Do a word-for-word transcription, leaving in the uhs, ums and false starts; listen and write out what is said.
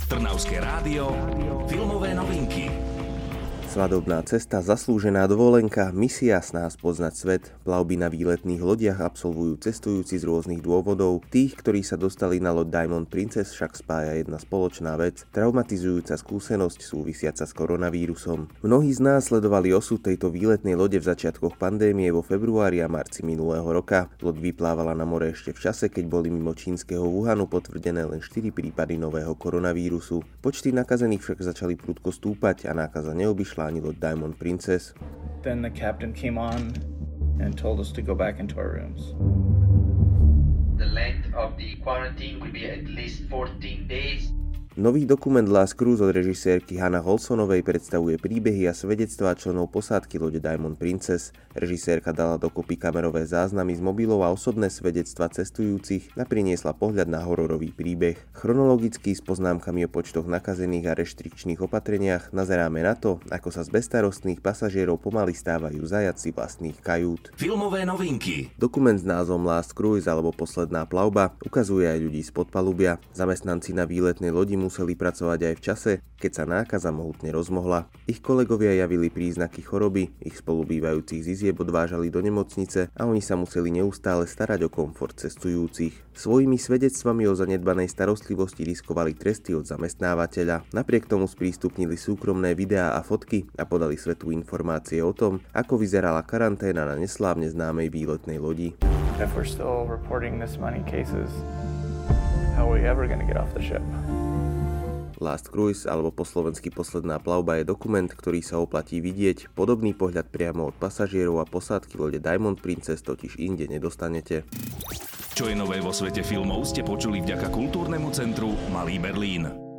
Trnavské rádio, filmové novinky. Svadobná cesta, zaslúžená dovolenka, misia sná spoznať svet, plavby na výletných lodiach absolvujú cestujúci z rôznych dôvodov. Tých, ktorí sa dostali na loď Diamond Princess, však spája jedna spoločná vec, traumatizujúca skúsenosť súvisiaca s koronavírusom. Mnohí z nás sledovali osud tejto výletnej lode v začiatkoch pandémie vo februári a marci minulého roka. Loď vyplávala na more ešte v čase, keď boli mimo čínskeho Wuhanu potvrdené len štyri prípady nového koronavírusu. Počty nakazených však začali prudko stúpať a nákaza neobyšla ani loď Diamond Princess. Then the captain came on and told us to go back into our rooms. The length of the quarantine will be at least fourteen days. Nový dokument Last Cruise od režisérky Hannah Holsonovej predstavuje príbehy a svedectvá členov posádky lode Diamond Princess. Režisérka dala dokopy kamerové záznamy z mobilov a osobné svedectvá cestujúcich a priniesla pohľad na hororový príbeh. Chronologicky s poznámkami o počtoch nakazených a reštrikčných opatreniach nazeráme na to, ako sa z bezstarostných pasažierov pomaly stávajú zajatci vlastných kajút. Filmové novinky. Dokument s názvom Last Cruise alebo Posledná plavba ukazuje aj ľudí spod palubia. Zamestnanci na výletnej lodi museli pracovať aj v čase, keď sa nákaza mohutne rozmohla. Ich kolegovia javili príznaky choroby, ich spolubývajúcich z izieb odvážali do nemocnice a oni sa museli neustále starať o komfort cestujúcich. Svojimi svedectvami o zanedbanej starostlivosti riskovali tresty od zamestnávateľa. Napriek tomu sprístupnili súkromné videá a fotky a podali svetu informácie o tom, ako vyzerala karanténa na neslávne známej výletnej lodi. If we're still reporting this many cases, how are we ever going to get off the ship? Last Cruise alebo po slovensky Posledná plavba je dokument, ktorý sa oplatí vidieť. Podobný pohľad priamo od pasažierov a posádky lode Diamond Princess totiž inde nedostanete. Čo je nové vo svete filmov, ste počuli vďaka kultúrnemu centru Malý Berlín.